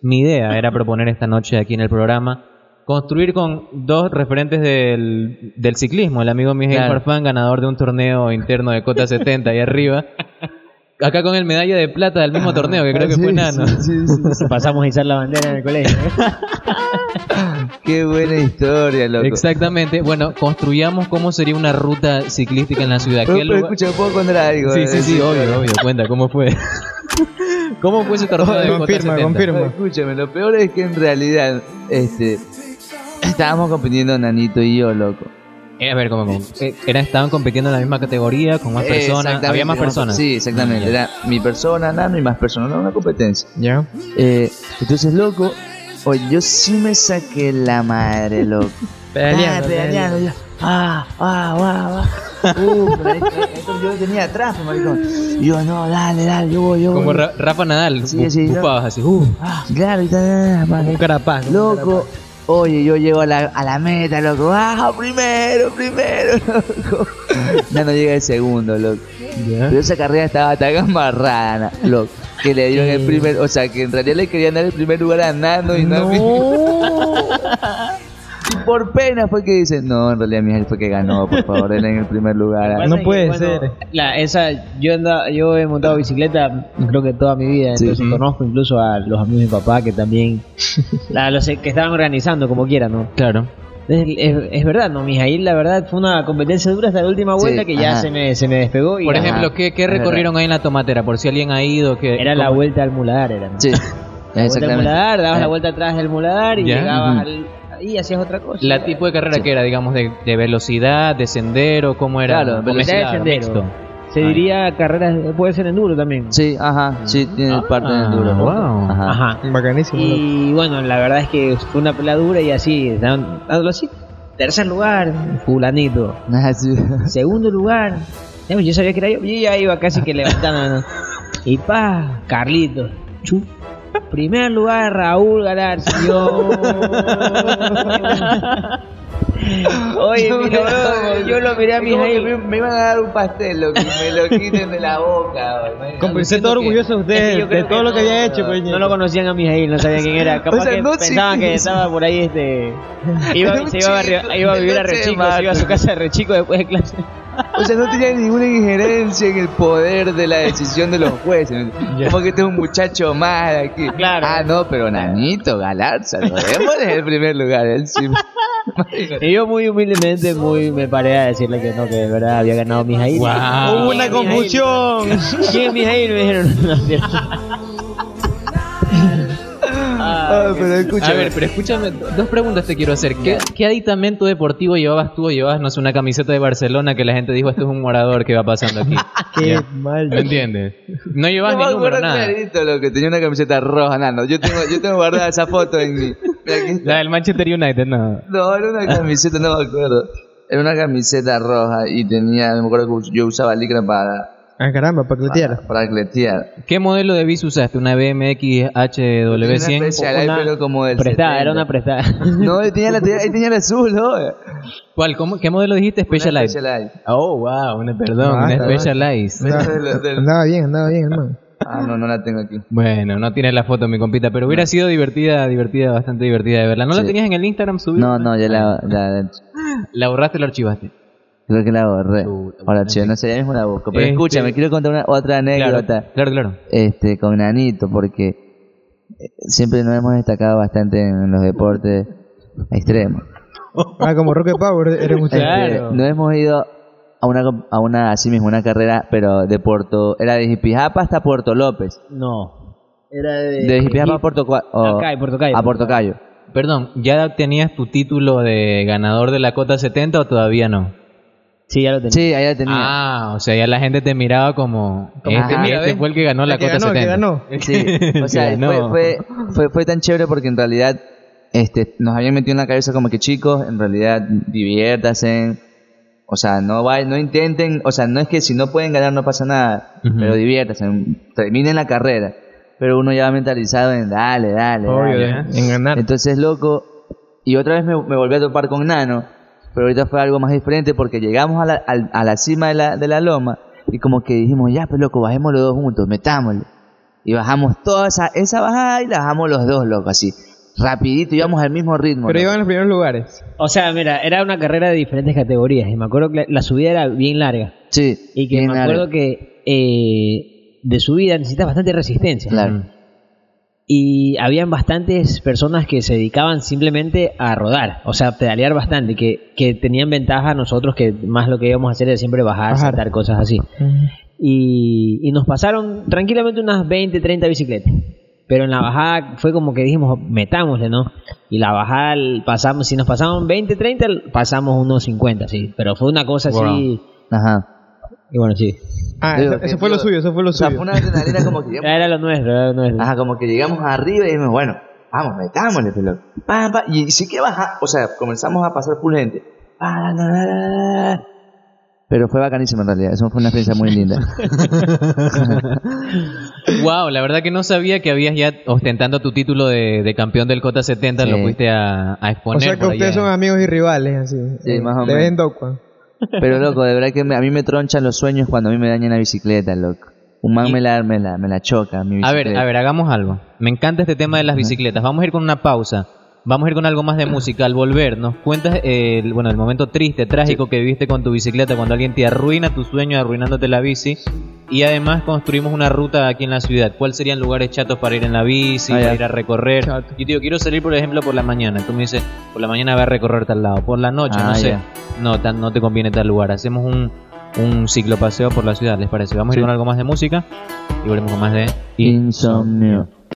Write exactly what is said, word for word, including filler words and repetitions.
mi idea era proponer esta noche aquí en el programa construir con dos referentes del, del ciclismo, el amigo Miguel Claro. Farfán, ganador de un torneo interno de Cota setenta ahí arriba, acá con el medalla de plata del mismo torneo, que creo que Sí, fue Nano. sí, sí, sí, sí. Pasamos a izar la bandera en el colegio. Qué buena historia, loco. Exactamente. Bueno, construyamos cómo sería una ruta ciclística en la ciudad. Pero, ¿Qué pero lugar- escucha, ¿puedo contar algo? Sí, sí, sí, Eh, obvio, obvio. Cuenta, ¿cómo fue? ¿Cómo fue ese torneo de Cota Confirma, setenta? confirma. No, escúchame, lo peor es que en realidad, este, estábamos compitiendo Nanito y yo, loco. Eh, a ver, ¿cómo? cómo? Eh, Era, estaban compitiendo en la misma categoría, con más personas. Exactamente, Había más como- personas. Sí, exactamente. Ah, ya. Era mi persona, Nano y más personas. No, una competencia. ¿Ya? Eh, entonces, loco, oye, yo sí me saqué la madre, loco. Pedaleando, Ah, pedaleando, yo. Ah, ah, ah, ah. Uh, pero ahí- ahí- ahí yo lo tenía atrás, pues, maricón. Y yo, no, dale, dale, yo voy, yo voy. Como Ra- Rafa Nadal, Sí, bu- sí, no. bufabas así. Uh. Ah, claro, y tal, Como un carapaz. como un loco. Oye, yo llego a la, a la meta, loco. Ah, primero, primero, loco. Ya no llega el segundo, loco. ¿Ya? Pero esa carrera estaba tan amarrada, na- loco, que le dieron el primer, o sea, que en realidad le querían dar el primer lugar a Nano y no a mí. Y por pena fue que dicen, no, en realidad Miguel fue que ganó, por favor, denle en el primer lugar. a-". No puede ser. La, esa, yo, anda, yo he montado bicicleta creo que toda mi vida, Sí. entonces conozco incluso a los amigos de mi papá que también, la, los que estaban organizando como quieran, ¿no? Claro. Es, es, es verdad, ¿no, Mijail? La verdad fue una competencia dura hasta la última vuelta Sí, que ya ajá. se me, se me despegó. Y Por ajá, ejemplo, ¿qué, qué es recorrieron ahí en la tomatera? Por si alguien ha ido. Que, era la ¿cómo? vuelta al muladar, era, ¿no? Sí, La vuelta al exactamente. muladar, dabas la Eh, vuelta atrás del muladar y Ya. llegabas Ujú. al, y hacías otra cosa. La tipo de carrera Sí. que era, digamos, de, de velocidad, de sendero, ¿cómo era? Claro, ¿O velocidad mezclado, de sendero. mixto? Se Ah, diría carreras, puede ser enduro también. Sí, ajá, sí, tiene Ah, parte de enduro. ¿no? wow. Ajá. Ajá. Bacanísimo. loco. Y bueno, la verdad es que fue una pelea dura y así, dan- dándolo así. Tercer lugar, fulanito. Ah, sí. Segundo lugar, eh, yo sabía que era yo, yo ya iba casi que levantando, ¿no? Y pa, Carlito. Chu. Primer lugar, Raúl Galarza. Yo. Oye, Yo mira, me- bro, yo lo miré a Es mi como que hija me, me iban a dar un pastel, loco, y me lo quiten de la boca. güey. Compensé todo orgulloso de Es que ustedes, yo creo de todo que lo que no, había hecho, no, pues. no lo conocían a Mijail, no sabían quién era. Capaz O sea, que no pensaban que existe. estaba por ahí, este. Iba, Era un se iba, a, chico, Río- iba a vivir a no Río sé, Chico, se iba a su Marco. casa de Río Chico después de clase. O sea, no tenía ninguna injerencia en el poder de la decisión de los jueces. Como que este es un muchacho más de aquí. Claro. Ah, no, pero Nanito Galarza, lo debemos en el primer lugar. Él sí. Y yo muy humildemente muy me paré a decirle que no, que de verdad había ganado Mijail. Wow. Hubo una confusión. ¿Quién es Mijail? Me dijeron. No, no, Ah, pero escúchame. A ver, pero escúchame, do- dos preguntas te quiero hacer. ¿Qué, qué aditamento deportivo llevabas tú o llevabas, no sé, una camiseta de Barcelona que la gente dijo, esto es un morador que va pasando aquí? Qué Ya. mal. ¿Me entiendes? No llevas No me ni número, acuerdo nada. clarito, lo que tenía una camiseta roja, nano. Yo tengo, yo tengo guardada esa foto en mi. Mira, aquí está. La del Manchester United, no. No, era una camiseta, no me acuerdo. Era una camiseta roja y tenía, me acuerdo que yo usaba licra para, Ah, caramba, para cletear. para, para cletear. ¿Qué modelo de bis usaste? ¿Una B M X H W Una cien? especial, Una pero como del prestada, era setenta. una prestada. No, él tenía la, él tenía la azul, ¿no? ¿Cuál? ¿Cómo- ¿Qué modelo dijiste? Specialized. Specialized. Oh, wow, una, perdón, Ah, una está bien. Specialized. Esa de la- del- Andaba bien, andaba bien, hermano. Ah, no, no la tengo aquí. Bueno, no tienes la foto, mi compita, pero hubiera sido divertida, divertida, bastante divertida de verla. ¿No la Sí. tenías en el Instagram subida? No, no, ya la, la, ¿La borraste o la archivaste? creo que la borré. Chuta, Ahora, che, no sé, ya mismo la busco. Pero Este- escúchame, quiero contar una, otra anécdota. Claro, claro, claro. Este, con Nanito, porque eh, siempre nos hemos destacado bastante en los deportes extremos. Ah, como Rocket Power eran ustedes. Claro. Este, nos hemos ido a una, comp- a una, así mismo, una carrera, pero de Puerto, era de Jipijapa hasta Puerto López. No. Era de. De Jipijapa a Puerto, Cua- o- Acá, en Puerto Cayo. a Puerto Cayo. Perdón, ¿ya tenías tu título de ganador de la Cota setenta o todavía no? Sí, ya lo tenía. Sí, allá tenía. Ah, o sea, ya la gente te miraba como... Este, Ajá. mira, este fue el que ganó la El que Cota ganó, el que setenta. ganó. Sí, o sea, Que ganó. fue, fue, fue, fue tan chévere porque en realidad este, nos habían metido en la cabeza como que chicos, en realidad diviértanse, o sea, no va, no intenten, o sea, no es que si no pueden ganar no pasa nada, Ujú. pero diviértanse, terminen la carrera, pero uno ya va mentalizado en dale, dale, Obvio, dale. de- en ganar. Entonces, loco, y otra vez me, me volví a topar con Nano, pero ahorita fue algo más diferente porque llegamos a la, a, a la cima de la, de la loma y como que dijimos, ya, pues loco, bajemos los dos juntos, metámosle. Y bajamos toda esa, esa bajada y la bajamos los dos, loco, así. Rapidito, íbamos al mismo ritmo. Pero loco. iban en los primeros lugares. O sea, mira, era una carrera de diferentes categorías. Y me acuerdo que la, la subida era bien larga. Sí. Y que bien me acuerdo largo. que eh, de subida necesitas bastante resistencia. Claro. Y habían bastantes personas que se dedicaban simplemente a rodar, o sea, pedalear bastante, que, que tenían ventaja a nosotros, que más lo que íbamos a hacer era siempre bajar, Bajar. saltar, cosas así. Y, y nos pasaron tranquilamente unas veinte, treinta bicicletas. Pero en la bajada fue como que dijimos, metámosle, ¿no? Y la bajada pasamos, si nos pasamos veinte, treinta, pasamos unos cincuenta, sí. Pero fue una cosa así. Ajá. Y bueno, sí. Ah, Digo, eso, que eso fue lo digo, suyo, eso fue lo O sea, suyo. fue una adrenalina como que llegamos, Era lo nuestro, era lo nuestro. ajá, como que llegamos arriba y dijimos, bueno, vamos, metámosle, pelota. Pa, pa, y sí que baja, o sea, comenzamos a pasar full gente. Pa, la, la, la, la. Pero fue bacanísimo en realidad, eso fue una experiencia muy linda. Wow, la verdad que no sabía que habías ya ostentando tu título de, de campeón del Cota setenta, Sí. lo fuiste a, a exponer O sea que por ustedes allá. son amigos y rivales, así. Sí, eh, más o de vez menos. en Docua. Pero loco, de verdad que me- a mí me tronchan los sueños cuando a mí me dañan la bicicleta, loco. Un man Y- me, la, me, la, me la choca, mi A bicicleta. ver, a ver, hagamos algo. Me encanta este tema de las bicicletas. Vamos a ir con una pausa. Vamos a ir con algo más de música. Al volver, nos cuentas eh, el, bueno, el momento triste, trágico que viviste con tu bicicleta cuando alguien te arruina tu sueño arruinándote la bici. Y además construimos una ruta aquí en la ciudad. ¿Cuáles serían lugares chatos para ir en la bici, Ah, para ya. ir a recorrer? Chato. Yo te digo, quiero salir, por ejemplo, por la mañana. Tú me dices, por la mañana voy a recorrer tal lado. Por la noche, Ah, no sé. ya. No, tan, no te conviene tal lugar. Hacemos un, un ciclopaseo por la ciudad, ¿les parece? Vamos a ir Sí. con algo más de música y volvemos con más de Insomnio.